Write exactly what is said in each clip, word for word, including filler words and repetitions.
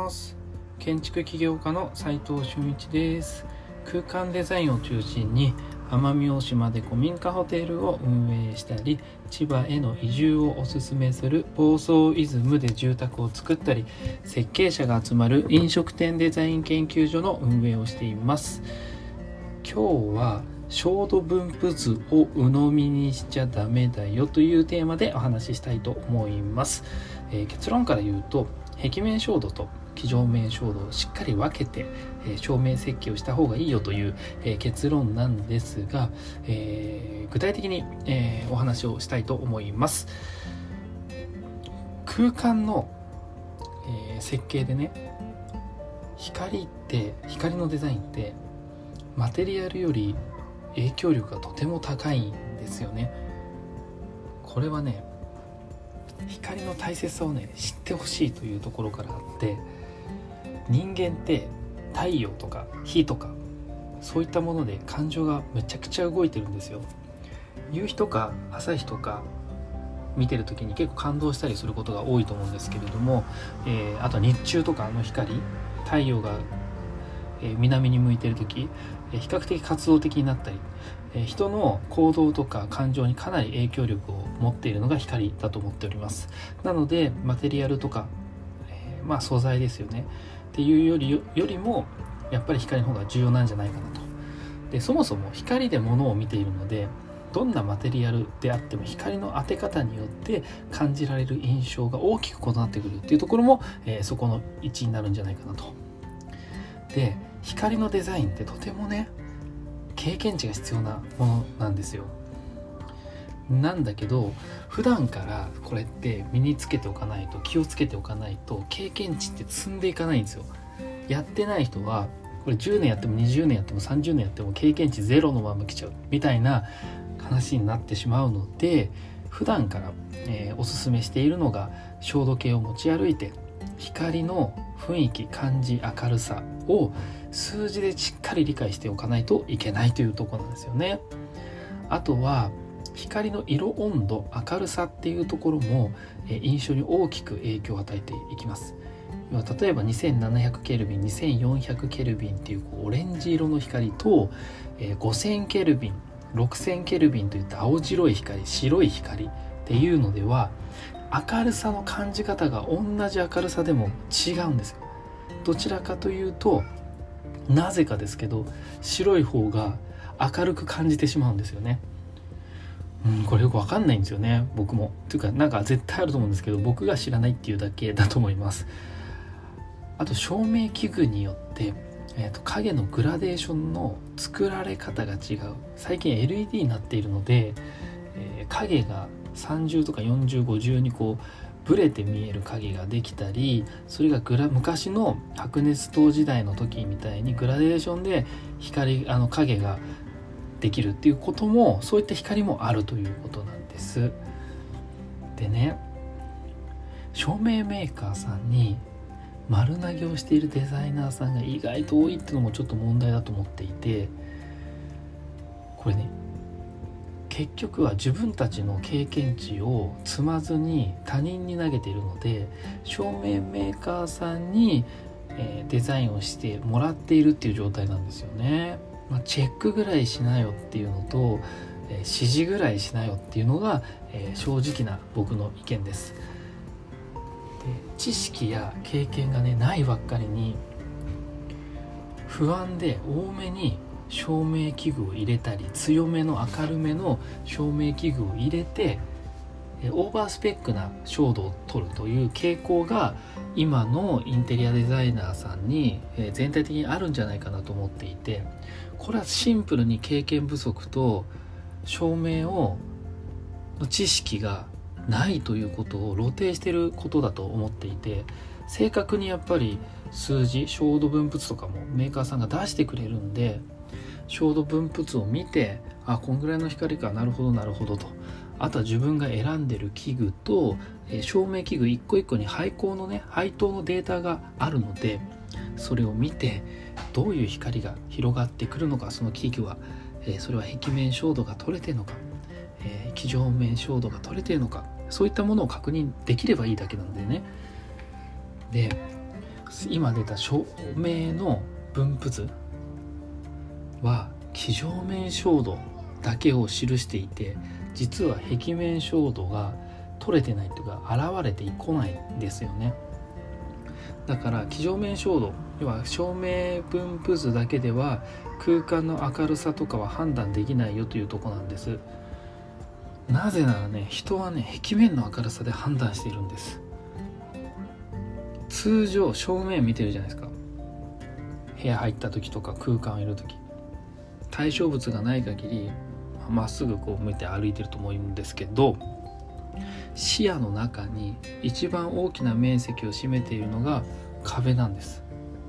ます。建築起業家の斉藤俊一です。空間デザインを中心に奄美大島で古民家ホテルを運営したり、千葉への移住をおすすめする房総イズムで住宅を作ったり、設計者が集まる飲食店デザイン研究所の運営をしています。今日は焦土分布図を鵜呑みにしちゃダメだよというテーマでお話ししたいと思います。えー、結論から言うと、壁面焦土と基上面焦土をしっかり分けて、えー、照明設計をした方がいいよという、えー、結論なんですが、えー、具体的に、えー、お話をしたいと思います。空間の、えー、設計でね、光って光のデザインってマテリアルより影響力がとても高いんですよね。これはね、光の大切さをね知ってほしいというところからあって、人間って太陽とか火とかそういったもので感情がめちゃくちゃ動いてるんですよ。夕日とか朝日とか見てる時に結構感動したりすることが多いと思うんですけれども、えー、あと日中とかの光、太陽が南に向いている時、比較的活動的になったり、人の行動とか感情にかなり影響力を持っているのが光だと思っております。なのでマテリアルとか、えー、まあ素材ですよねっていうよりよりもやっぱり光の方が重要なんじゃないかなと。で、そもそも光で物を見ているので、どんなマテリアルであっても光の当て方によって感じられる印象が大きく異なってくるっていうところも、えー、そこの一になるんじゃないかなと。で、光のデザインってとてもね経験値が必要なものなんですよ。なんだけど普段からこれって身につけておかないと、気をつけておかないと経験値って積んでいかないんですよ。やってない人はこれじゅうねんやってもにじゅうねんやってもさんじゅうねんやっても経験値ゼロのまま来ちゃうみたいな話になってしまうので、普段から、えー、おすすめしているのが照度計を持ち歩いて光の雰囲気、感じ、明るさを数字でしっかり理解しておかないといけないというところなんですよね。あとは光の色、温度、明るさっていうところも印象に大きく影響を与えていきます。例えばにせんななひゃくケルビン、にせんよんひゃくケルビンっていうオレンジ色の光とごせんケルビン、ろくせんケルビンといった青白い光、白い光っていうのでは明るさの感じ方が同じ明るさでも違うんですよ。どちらかというと、なぜかですけど白い方が明るく感じてしまうんですよね。うん、これよくわかんないんですよね、僕も。というかなんか絶対あると思うんですけど、僕が知らないっていうだけだと思います。あと照明器具によって、えーと、影のグラデーションの作られ方が違う。最近 エルイーディー になっているので、えー、影がさんじゅうとかよんじゅう、ごじゅうにこうブレて見える影ができたり、それがグラ昔の白熱灯時代の時みたいにグラデーションで光あの影ができるっていうことも、そういった光もあるということなんです。でね、照明メーカーさんに丸投げをしているデザイナーさんが意外と多いっていうのもちょっと問題だと思っていて、これね、結局は自分たちの経験値を積まずに他人に投げているので、照明メーカーさんに、えー、デザインをしてもらっているっていう状態なんですよね。まあ、チェックぐらいしなよっていうのと、えー、指示ぐらいしなよっていうのが、えー、正直な僕の意見です。で、知識や経験がねないばっかりに不安で多めに照明器具を入れたり、強めの明るめの照明器具を入れてオーバースペックな照度を取るという傾向が今のインテリアデザイナーさんに全体的にあるんじゃないかなと思っていて、これはシンプルに経験不足と照明をの知識がないということを露呈していることだと思っていて、正確にやっぱり数字、照度分布図とかもメーカーさんが出してくれるんで、照度分布図を見て、あ、こんぐらいの光か、なるほどなるほどと。あとは自分が選んでる器具と、えー、照明器具一個一個に配光のね配当のデータがあるので、それを見てどういう光が広がってくるのか、その器具は、えー、それは壁面照度が取れてるのか、えー、基上面照度が取れてるのか、そういったものを確認できればいいだけなのでね。で、 今出た照明の分布図は基上面照度だけを記していて、実は壁面照度が取れてないというか現れてこないんですよね。だから基上面照度、要は照明分布図だけでは空間の明るさとかは判断できないよというところなんです。なぜならね、人はね壁面の明るさで判断しているんです。通常正面見てるじゃないですか。部屋入った時とか空間をいる時、対象物がない限りまっすぐこう向いて歩いてると思うんですけど、視野の中に一番大きな面積を占めているのが壁なんです。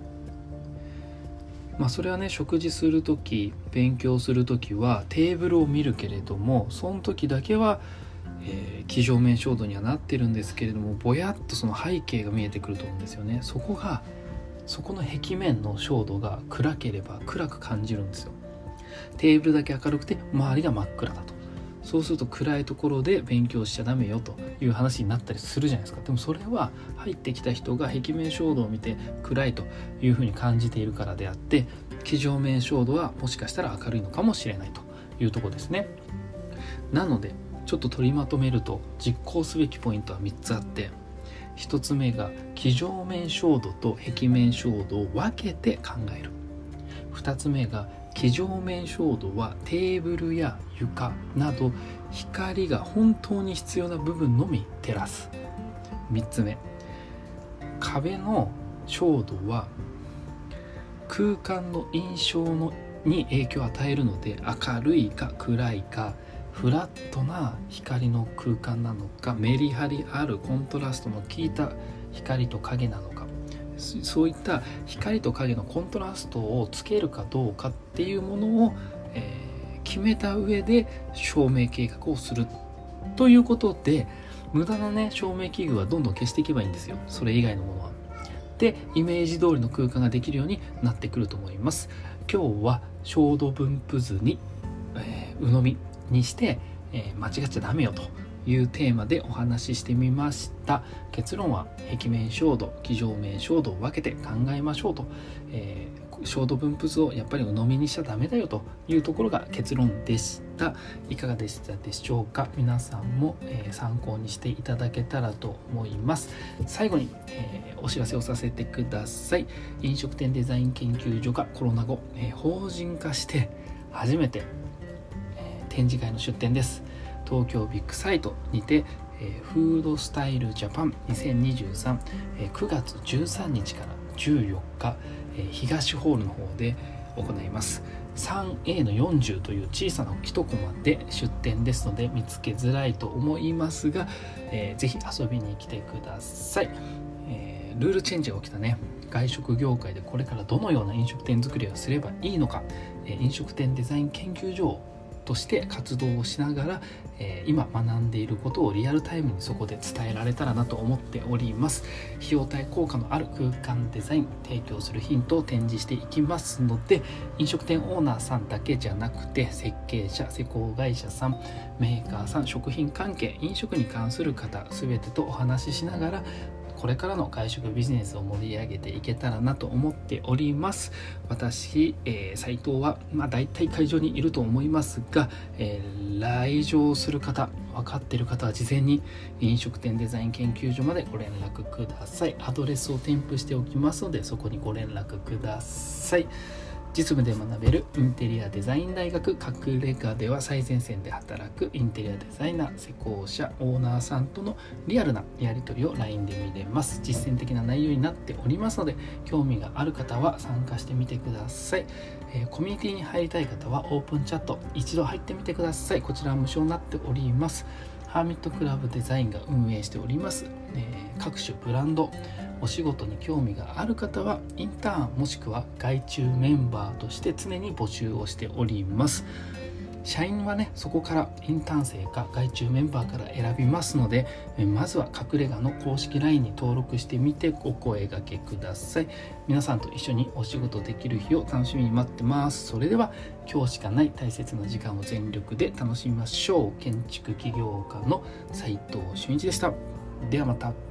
まあそれはね、食事するとき、勉強するときはテーブルを見るけれども、その時だけは、えー、基上面照度にはなってるんですけれども、ぼやっとその背景が見えてくると思うんですよね。そこがそこの壁面の照度が暗ければ暗く感じるんですよ。テーブルだけ明るくて周りが真っ暗だと、そうすると暗いところで勉強しちゃダメよという話になったりするじゃないですか。でもそれは入ってきた人が壁面照度を見て暗いというふうに感じているからであって、基上面照度はもしかしたら明るいのかもしれないというところですね。なのでちょっと取りまとめると、実行すべきポイントはみっつあって、ひとつめが基上面照度と壁面照度を分けて考える。ふたつめが基上面照度はテーブルや床など光が本当に必要な部分のみ照らす。みっつめ、壁の照度は空間の印象のに影響を与えるので、明るいか暗いか、フラットな光の空間なのか、メリハリあるコントラストの効いた光と影なのか、そういった光と影のコントラストをつけるかどうかっていうものを、えー、決めた上で照明計画をするということで、無駄なね照明器具はどんどん消していけばいいんですよ。それ以外のものは。で、イメージ通りの空間ができるようになってくると思います。今日は照度分布図に、えー、鵜呑みにして、えー、間違っちゃダメよというテーマでお話ししてみました。結論は壁面照度、基上面照度を分けて考えましょうと、えー、照度分布図をやっぱり鵜呑みにしちゃダメだよというところが結論でした。いかがでしたでしょうか。皆さんも、えー、参考にしていただけたらと思います。最後に、えー、お知らせをさせてください。飲食店デザイン研究所がコロナ後、えー、法人化して初めて、えー、展示会の出展です。東京ビッグサイトにて、えー、フードスタイルジャパンにせんにじゅうさん、えー、くがつじゅうさんにちからじゅうよっか、えー、東ホールの方で行います。 スリーエー のよんじゅうという小さな一コマで出展ですので見つけづらいと思いますが、えー、ぜひ遊びに来てください。えー、ルールチェンジが起きたね外食業界でこれからどのような飲食店作りをすればいいのか、えー、飲食店デザイン研究所として活動をしながら、えー、今学んでいることをリアルタイムにそこで伝えられたらなと思っております。費用対効果のある空間デザイン提供するヒントを展示していきますので、飲食店オーナーさんだけじゃなくて設計者、施工会社さん、メーカーさん、食品関係、飲食に関する方全てとお話ししながらこれからの外食ビジネスを盛り上げていけたらなと思っております。私、えー、斉藤は、まあ、大体会場にいると思いますが、えー、来場する方、分かっている方は事前に飲食店デザイン研究所までご連絡ください。アドレスを添付しておきますのでそこにご連絡ください。実務で学べるインテリアデザイン大学隠れ家では最前線で働くインテリアデザイナー、施工者、オーナーさんとのリアルなやり取りを ライン で見れます。実践的な内容になっておりますので興味がある方は参加してみてください。えー、コミュニティに入りたい方はオープンチャット一度入ってみてください。こちらは無償になっております。ハーミットクラブデザインが運営しております、えー、各種ブランドお仕事に興味がある方はインターンもしくは外注メンバーとして常に募集をしております。社員はねそこからインターン生か外注メンバーから選びますので、まずは隠れ家の公式 ライン に登録してみてお声掛けください。皆さんと一緒にお仕事できる日を楽しみに待ってます。それでは今日しかない大切な時間を全力で楽しみましょう。建築起業家の斉藤俊一でした。ではまた。